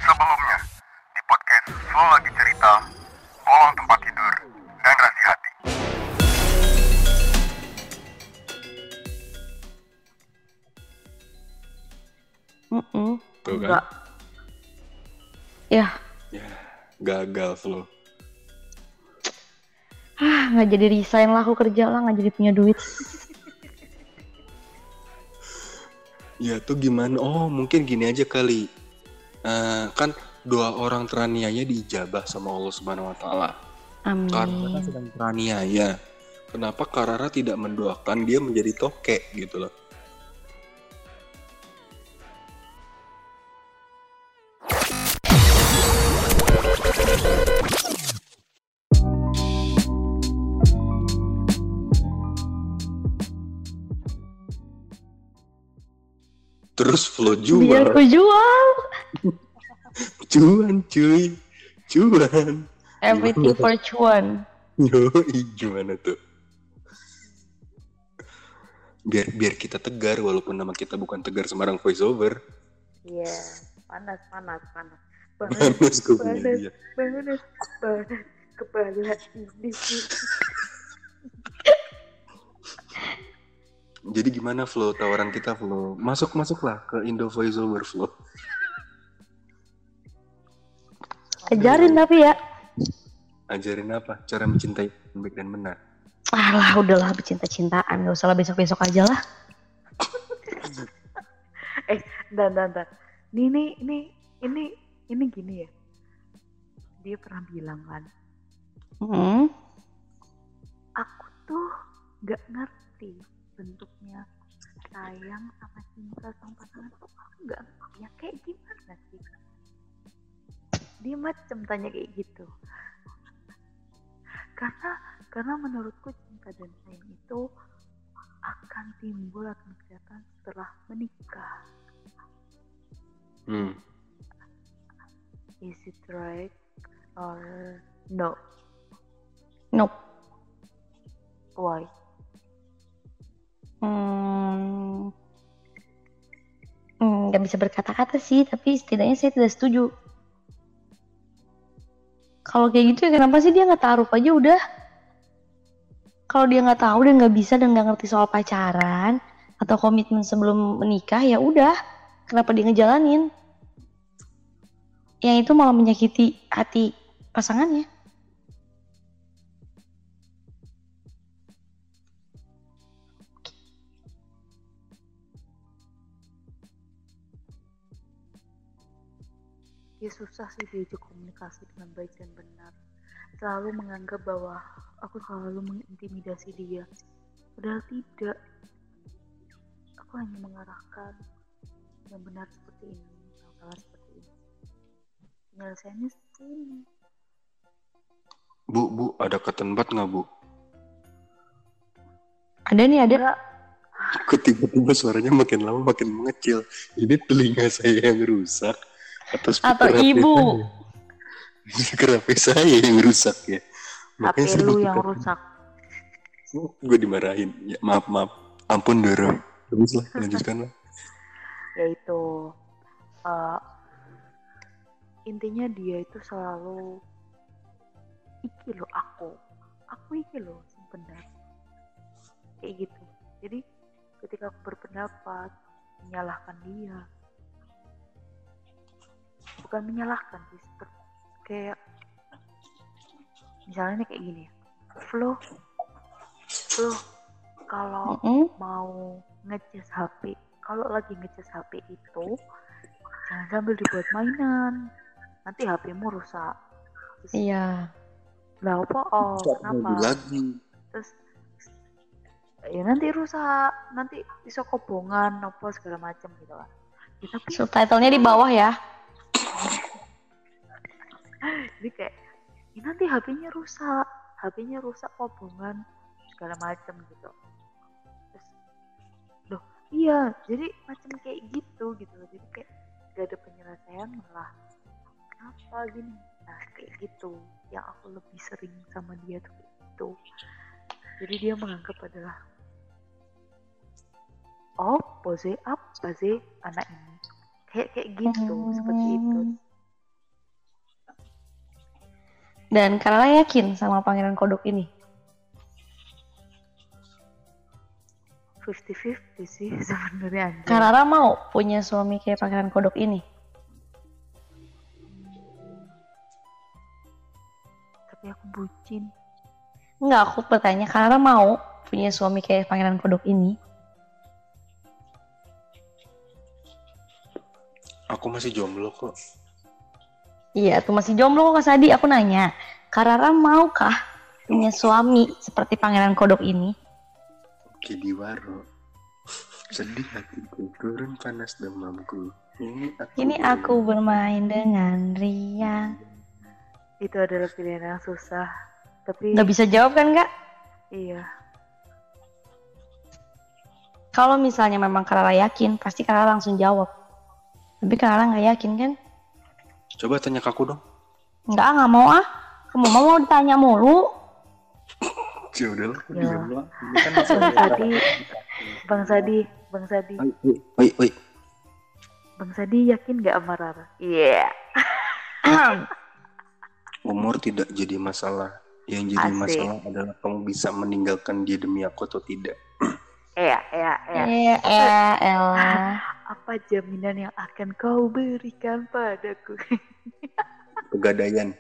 Sebelumnya, di podcast Flow Lagi Cerita, Bolong Tempat Tidur, dan Rasi Hati. Tuh Enggak. kan? Ya, Gagal Flo. nggak jadi resign lah aku kerja lah, nggak jadi punya duit. Ya tuh gimana? Oh mungkin gini aja kali. Kan 2 orang teraniaya diijabah sama Allah Subhanahu Wa Taala. Karena Amin. sedang teraniaya. Kenapa Karara tidak mendoakan dia menjadi tokek gitu loh? Terus Flo Biar jual. aku jual. Cuan cuy. Cuan. Everything for cuan. Yoi, gimana tuh? Biar kita tegar walaupun nama kita bukan Tegar Semarang Voiceover. Iya, panas. Panas gue punya dia. Panas. Kepala ini. Jadi gimana Flo tawaran kita Flo? Masuklah ke Indo Voiceover Flo. Ajarin tapi ya. Ajarin apa? Cara mencintai yang baik dan benar. Alah, udahlah bercinta-cintaan, gak usah lah besok-besok aja lah. Dan. Ini gini ya. Dia pernah bilang kan, aku tuh gak ngerti bentuknya sayang sama cinta sama pasangan tuh, aku gak ngerti ya kayak gimana sih. Dia macam tanya kayak gitu. Karena menurutku cinta dan sayang itu akan timbul, akan kelihatan setelah menikah. Is it right or no? Nope. Why? Gak bisa berkata-kata sih, tapi setidaknya saya tidak setuju. Kalau kayak gitu ya kenapa sih dia nggak taruh aja udah? Kalau dia nggak tahu dan nggak bisa dan nggak ngerti soal pacaran atau komitmen sebelum menikah, ya udah, kenapa dia ngejalanin? Yang itu malah menyakiti hati pasangannya. Dia susah sih diajak komunikasi dengan baik dan benar. Selalu menganggap bahwa aku selalu mengintimidasi dia. Padahal tidak. Aku hanya mengarahkan yang benar seperti ini, yang salah seperti ini. Penyelesaiannya sini. Bu, ada ketenbat nggak Bu? Ada nih, ada. Enggak. Kok tiba-tiba suaranya makin lama makin mengecil. Ini telinga saya yang rusak atau ibu? Speaker HP saya yang rusak ya. HP lu yang rusak. Gue dimarahin. Ya maaf. Ampun Doro. Teruslah, lanjutkan lah. Yaitu intinya dia itu selalu iki lo aku iki lo benar kayak gitu. Jadi ketika aku berpendapat menyalahkan dia, bukan menyalahkan sih, kayak misalnya kayak gini ya, Flo kalau mau ngecas HP, kalau lagi ngecas HP itu jangan sambil dibuat mainan, nanti HP-mu rusak. Terus, iya. Lah apa? Kenapa? Lagi. Terus ya nanti rusak, nanti bisa kobongan, apa segala macam gitu kan. Ya, tapi Subtitlenya di bawah ya. jadi kayak ya nanti HP-nya rusak kobongan segala macam gitu. Terus loh iya, jadi macam kayak gitu. Jadi kayak gak ada penyelesaian, malah kenapa gini. Nah kayak gitu yang aku lebih sering sama dia tuh kayak gitu. Jadi dia menganggap adalah apa sih anak ini kayak gitu, seperti itu. Dan Karara yakin sama pangeran kodok ini. 50-50 sih sebenarnya anjir. Karara mau punya suami kayak pangeran kodok ini. Tapi aku bucin. Enggak, aku bertanya Karara mau punya suami kayak pangeran kodok ini. Aku masih jomblo kok. Iya, tuh masih jomblo kok Kak Sadi. Aku nanya, Karara maukah punya suami seperti pangeran kodok ini? Oke Diwaro. Sedih hatiku, turun panas demamku. Ini aku bermain dengan riang. Itu adalah pilihan yang susah. Tapi Nggak bisa jawab kan Kak? iya. Kalau misalnya memang Karara yakin, pasti Karara langsung jawab. Tapi Karara nggak yakin kan? Coba tanya ke aku dong. Nggak mau ah. Kamu mau ditanya mulu. Ya udahlah, Ya. jomblo. Ini kan masalah Bang Sadi, Oi. Bang Sadi yakin nggak sama Rara? Iya. Umur tidak jadi masalah. Yang jadi Asik. masalah adalah kamu bisa meninggalkan dia demi aku atau tidak. Iya. Elah. Apa jaminan yang akan kau berikan padaku? Pegadaian.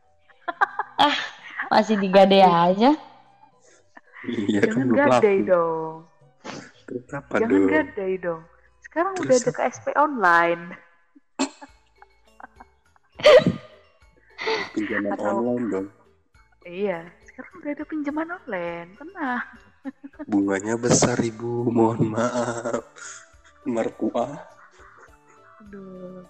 Masih digade aja. Iya kan Jangan belum gadai laku. dong. Terus apa Jangan dong? gadai dong. Sekarang Terus udah ada apa? KSP online. Pinjaman Atau- online dong. Iya, sekarang udah ada pinjaman online. Tenang. Bunganya besar ibu, mohon maaf. Merkuah. Aduh.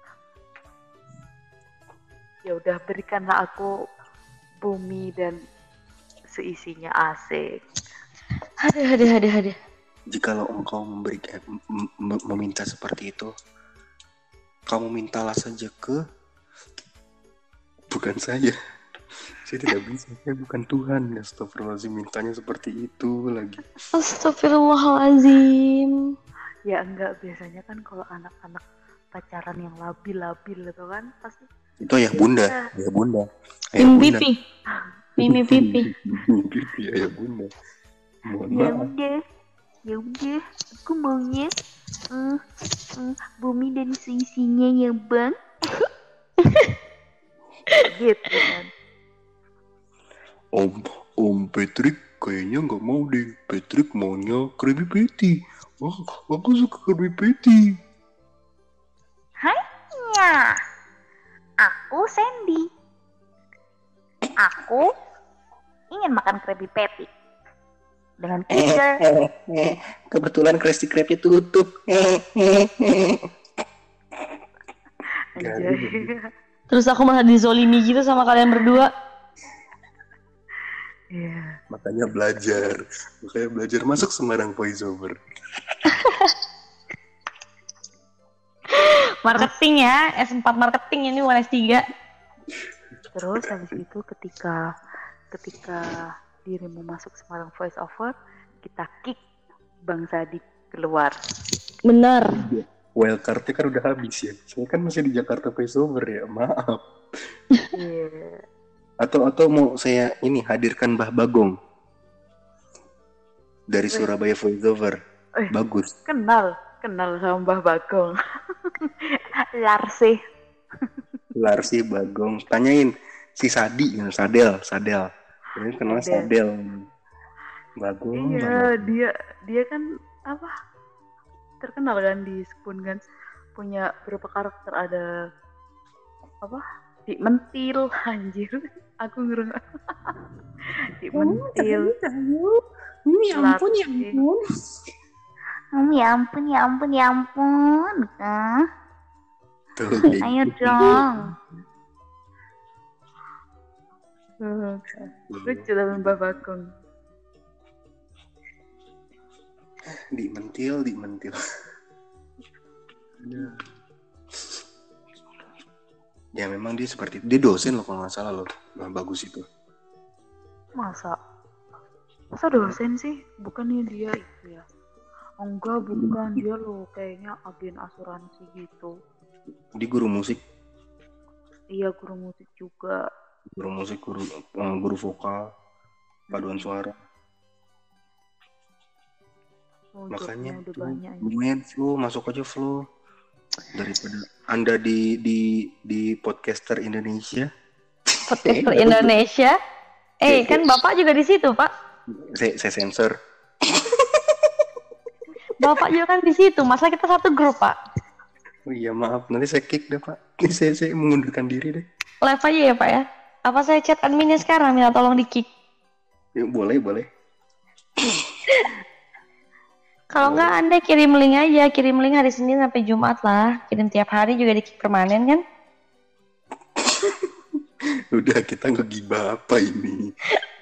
Ya udah, berikanlah aku bumi dan seisinya, asik. Aduh. Jikalau engkau meminta seperti itu, kamu mintalah saja ke bukan saya. Saya tidak bisa, saya bukan Tuhan. Astagfirullahaladzim, mintanya seperti itu lagi. Astagfirullahaladzim. Ya enggak, biasanya kan kalau anak-anak pacaran yang labil-labil gitu kan pasti Itu ayah bunda, ayah bunda. Ayah Mimi bunda. pipi. Mimi pipi. Pipi, ayah bunda. Mohon ya maaf. udah aku maunya bumi dan seisinya ya bang. Gitu kan. Om Patrick kayaknya nggak mau deh. Patrick maunya Krabby Patty. Wah, aku suka Krabby Patty. Ya, aku Sandy. Aku ingin makan Krabby Patty dengan kicker. Kebetulan Krusty Krab-nya tutup. Anjay. Terus aku malah dizolimi gitu sama kalian berdua. Iya. Makanya belajar masuk Semarang voiceover. Marketing ya, S4 marketing ini bukan S3. Terus habis itu ketika dirimu masuk Semarang voiceover, kita kick Bang Sadi keluar. Bener. Wildcard-nya kan udah habis ya. Saya kan masih di Jakarta voiceover ya, maaf. Iya. Atau mau saya ini hadirkan Mbah Bagong dari Surabaya voiceover. Bagus. Kenal sama Mbah Bagong. Larsi. Larsi Bagong. Tanyain si Sadi, Sadel. Ini kenal Sadel. Bagong. Iya, dia kan apa? Terkenal kan di Spoon kan, punya berapa karakter, ada apa? Dik Mentil, anjir. Aku ngereng. Dik Mentil. Ya ampun. Ya ampun. Tuh, Ayo dong. Lucu tapi Mbak Bagong. Di mentil. Aduh. Ya memang dia seperti itu. Dia dosen loh kalau nggak salah loh. Nah, bagus itu. Masa dosen sih? Bukannya dia itu ya? Enggak, bukan. Dia loh kayaknya agen asuransi gitu. Dia guru musik. Iya, guru musik juga. guru musik, guru vokal, paduan suara. Makanya Jobnya udah tuh banyak ya. lumayan Flu, masuk aja Flu. Daripada Anda di podcaster Indonesia. Podcaster Indonesia. Kan Bapak juga di situ, Pak. Saya sensor. Bapak juga kan di situ. Masa kita satu grup, Pak? Oh iya maaf, nanti saya kick deh Pak. Ini saya mengundurkan diri deh. Live aja ya, Pak ya? Apa saya chat adminnya sekarang minta tolong di-kick? Ya, boleh. Kalau nggak Anda kirim link aja, kirim link hari Senin sampai Jumat lah. Kirim tiap hari juga di-kick permanen kan? Udah kita ngegibah apa ini?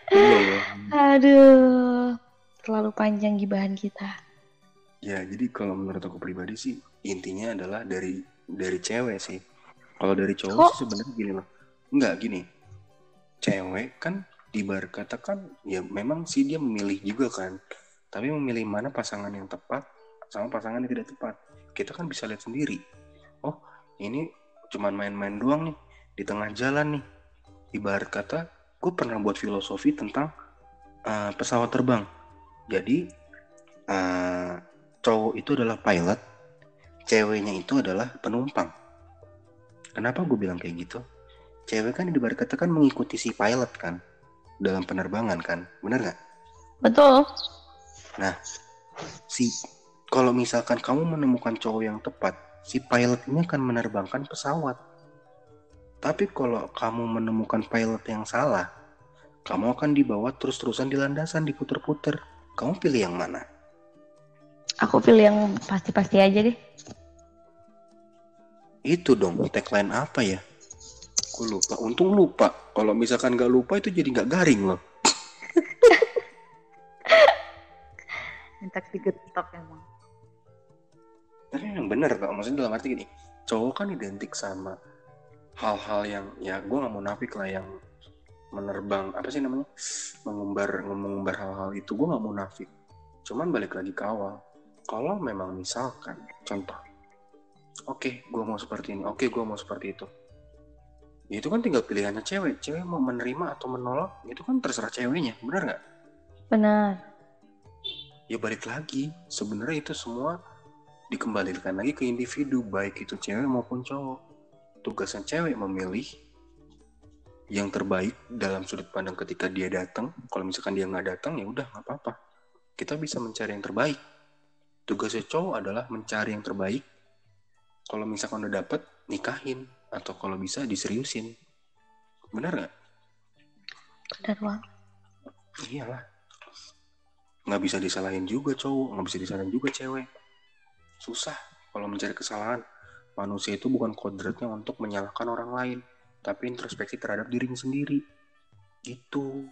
Aduh, terlalu panjang gibahan kita. Ya, jadi kalau menurut aku pribadi sih intinya adalah dari cewek sih. Kalau dari cowok sih sebenarnya gini loh. Enggak gini. Cewek kan ibarat kata kan ya memang sih dia memilih juga kan. Tapi memilih mana pasangan yang tepat sama pasangan yang tidak tepat. Kita kan bisa lihat sendiri. Oh, ini cuman main-main doang nih di tengah jalan nih. Ibarat kata gue pernah buat filosofi tentang pesawat terbang. Jadi cowok itu adalah pilot, ceweknya itu adalah penumpang. Kenapa gue bilang kayak gitu? Cewek kan ibarat kata kan mengikuti si pilot kan dalam penerbangan kan, benar nggak? Betul. Nah, kalau misalkan kamu menemukan cowok yang tepat, si pilot ini akan menerbangkan pesawat. Tapi kalau kamu menemukan pilot yang salah, kamu akan dibawa terus-terusan di landasan, diputer-puter. Kamu pilih yang mana? Aku pilih yang pasti-pasti aja deh. Itu dong, tagline apa ya? Aku lupa, untung lupa. Kalau misalkan nggak lupa itu jadi nggak garing loh. Minta digetok emang. Tapi yang bener kok, maksudnya dalam arti gini, cowok kan identik sama hal-hal yang, ya gue nggak mau nafik lah, yang menerbang, apa sih namanya, mengumbar hal-hal itu, gue nggak mau nafik. Cuman balik lagi ke awal. Kalau memang misalkan, contoh, oke, gue mau seperti ini, oke, gue mau seperti itu. Ya, itu kan tinggal pilihannya cewek. Cewek mau menerima atau menolak, itu kan terserah ceweknya, benar nggak? Benar. Ya balik lagi, sebenarnya itu semua dikembalikan lagi ke individu, baik itu cewek maupun cowok. Tugasnya cewek memilih yang terbaik dalam sudut pandang ketika dia datang. Kalau misalkan dia nggak datang, ya udah nggak apa-apa. Kita bisa mencari yang terbaik. Tugasnya cowok adalah mencari yang terbaik. Kalau misalkan udah dapet, nikahin. Atau kalau bisa diseriusin. Benar nggak? Benar banget. Iyalah. Nggak bisa disalahin juga cowok, nggak bisa disalahin juga cewek. Susah kalau mencari kesalahan. Manusia itu bukan kodratnya untuk menyalahkan orang lain, tapi introspeksi terhadap dirinya sendiri. Gitu.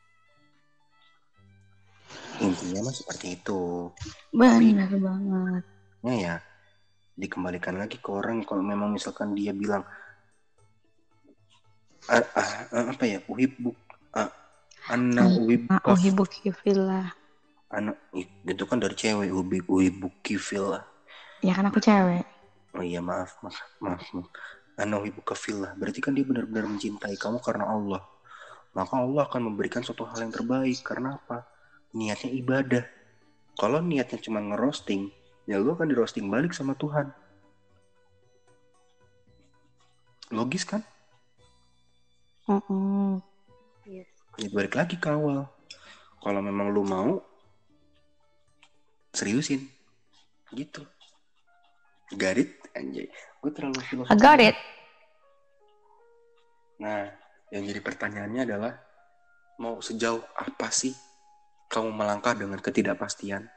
Intinya mah seperti itu. Benar banget. Ya, dikembalikan lagi ke orang. Kalau memang misalkan dia bilang apa ya, uhibukifillah. Itu kan dari cewek, uhibukifillah. Ya kan aku cewek. Oh iya, maaf. Uhibukifillah. Berarti kan dia benar-benar mencintai kamu karena Allah. Maka Allah akan memberikan suatu hal yang terbaik. Karena apa? Niatnya ibadah. Kalau niatnya cuma ngerosting, ya lu akan dirosting balik sama Tuhan. Logis kan? Yes. Ya balik lagi ke awal. Kalau memang lu mau, seriusin. Gitu. Got it? Anjay. Gue terlalu filosofi. I got it. Nah, yang jadi pertanyaannya adalah, mau sejauh apa sih kamu melangkah dengan ketidakpastian?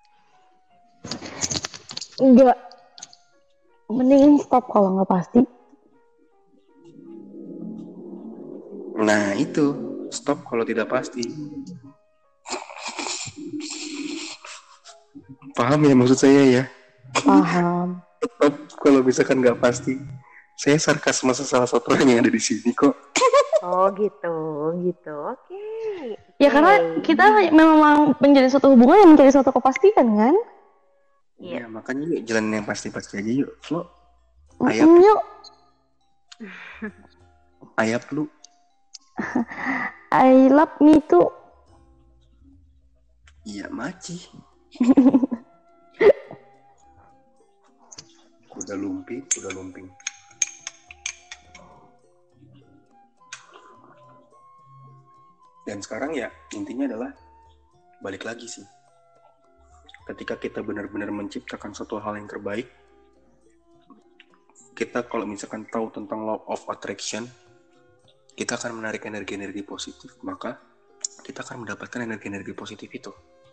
Enggak. Mending stop kalau nggak pasti. Nah, itu. Stop kalau tidak pasti. Paham ya maksud saya ya? Paham. Stop kalau misalkan nggak pasti. Saya sarkasme salah satu orang yang ada di sini kok. Oh gitu. Oke. Ya karena kita memang menjadi suatu hubungan yang mencari suatu kepastian kan? Iya, makanya yuk jalanin yang pasti-pasti aja yuk. Flo, Yuk. ayap lu. I love me too. Iya, maci. Udah lumping. Dan sekarang ya intinya adalah balik lagi sih. Ketika kita benar-benar menciptakan suatu hal yang terbaik, kita kalau misalkan tahu tentang law of attraction, kita akan menarik energi-energi positif, maka kita akan mendapatkan energi-energi positif itu.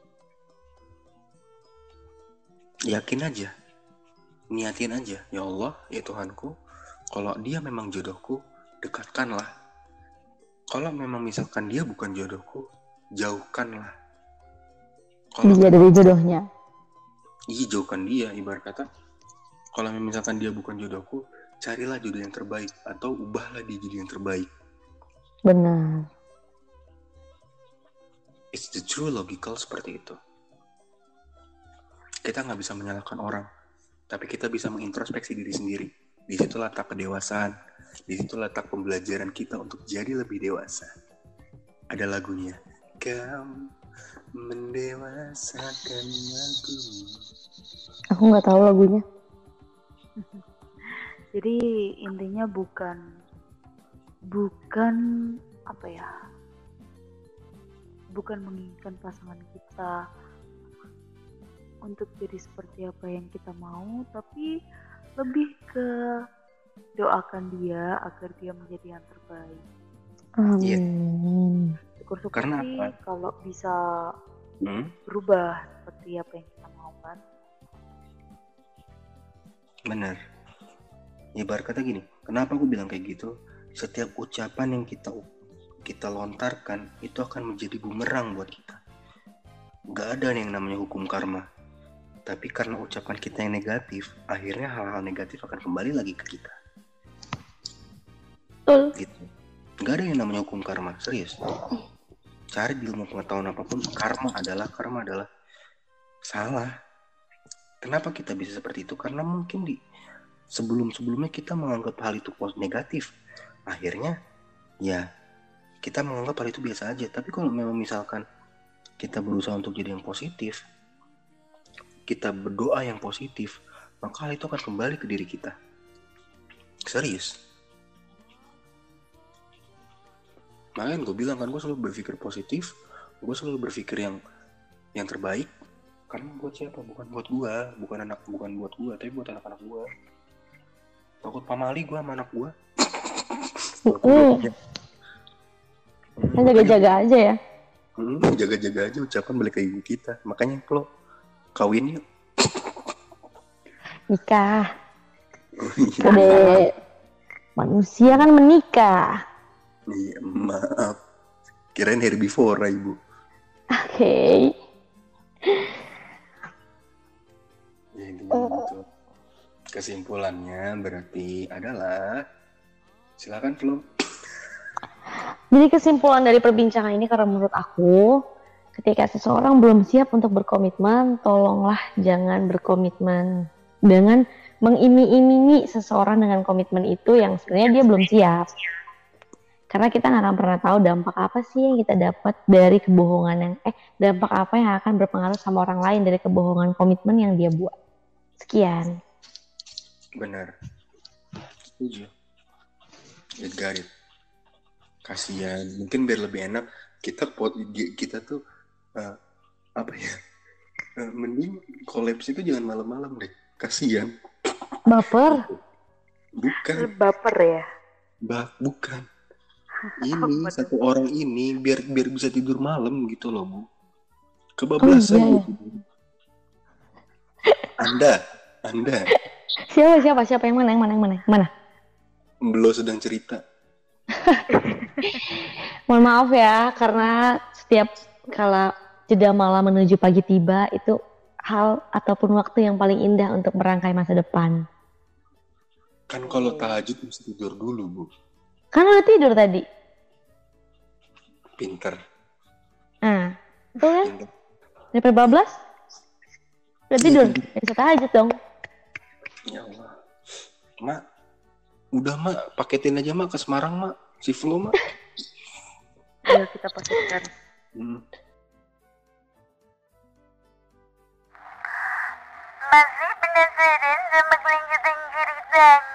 Yakin aja, niatin aja, ya Allah, ya Tuhanku, kalau dia memang jodohku, dekatkanlah. Kalau memang misalkan dia bukan jodohku, jauhkanlah. Kalau Dia dari jodohnya. iya, jauhkan dia, ibarat kata. Kalau misalkan dia bukan jodohku, carilah jodoh yang terbaik atau ubahlah dia jadi yang terbaik. Benar. It's the true logical seperti itu. Kita nggak bisa menyalahkan orang, tapi kita bisa mengintrospeksi diri sendiri. Di situ letak kedewasaan, di situ letak pembelajaran kita untuk jadi lebih dewasa. Ada lagunya, kau mendewasakan aku. Aku nggak tahu lagunya. Jadi intinya bukan apa ya? Bukan menginginkan pasangan kita untuk jadi seperti apa yang kita mau, tapi lebih ke doakan dia agar dia menjadi yang terbaik. Amin. Syukur-syukur Karena sih apa? kalau bisa berubah seperti apa yang kita mau kan. Benar. Ibarat kata gini, kenapa aku bilang kayak gitu? Setiap ucapan yang kita lontarkan itu akan menjadi bumerang buat kita. Gak ada yang namanya hukum karma. Tapi karena ucapan kita yang negatif, akhirnya hal-hal negatif akan kembali lagi ke kita. Betul. Gitu. Gak ada yang namanya hukum karma, serius. Cari di ilmu pengetahuan apapun, karma adalah salah. Kenapa kita bisa seperti itu? Karena mungkin di sebelumnya kita menganggap hal itu negatif. Akhirnya ya kita menganggap hal itu biasa aja. Tapi kalau memang misalkan kita berusaha untuk jadi yang positif, kita berdoa yang positif, maka hal itu akan kembali ke diri kita. Serius. Makanya gue bilang kan, gue selalu berpikir positif, gue selalu berpikir yang terbaik. Karena buat siapa? Bukan buat gue, bukan buat gue, tapi buat anak-anak gue. Takut pamali gue sama anak gue. Kan jaga-jaga aja ya. Jaga-jaga aja ucapan balik ke ibu kita. Makanya kalau kawin yuk. Nikah. Udah manusia kan menikah. Iya, maaf. Kirain herbivora ibu. Oke. Ya intinya gitu. Kesimpulannya berarti adalah, silakan Flo. Jadi kesimpulan dari perbincangan ini, karena menurut aku, ketika seseorang belum siap untuk berkomitmen, tolonglah jangan berkomitmen dengan mengiming-imingi seseorang dengan komitmen itu yang sebenarnya dia belum siap. Karena kita nggak akan pernah tahu dampak apa sih yang kita dapat dari kebohongan dampak apa yang akan berpengaruh sama orang lain dari kebohongan komitmen yang dia buat. Sekian. Benar. Setuju. Get got it. Kasian. Mungkin biar lebih enak kita tuh mending kolaps itu jangan malam-malam deh. Kasian. Baper. Bukan. Baper ya. Bukan. Ini satu orang ini biar bisa tidur malam gitu loh, Bu. Kebablasan gitu. Anda. Siapa yang mana? Belum sedang cerita. Mohon maaf ya, karena setiap kala jeda malam menuju pagi tiba, itu hal ataupun waktu yang paling indah untuk merangkai masa depan. Kan kalau tahajud mesti tidur dulu, Bu. Kan udah tidur tadi. Pinter. Nah, betul kan? Pinter. Daripada bablas, udah tidur. Bisa tahajud dong. Ya Allah. Mak, udah Mak, paketin aja Mak ke Semarang Mak. Si Flo Mak. Ayo kita posisikan. Masih penasaran sama kelanjutan ceritanya?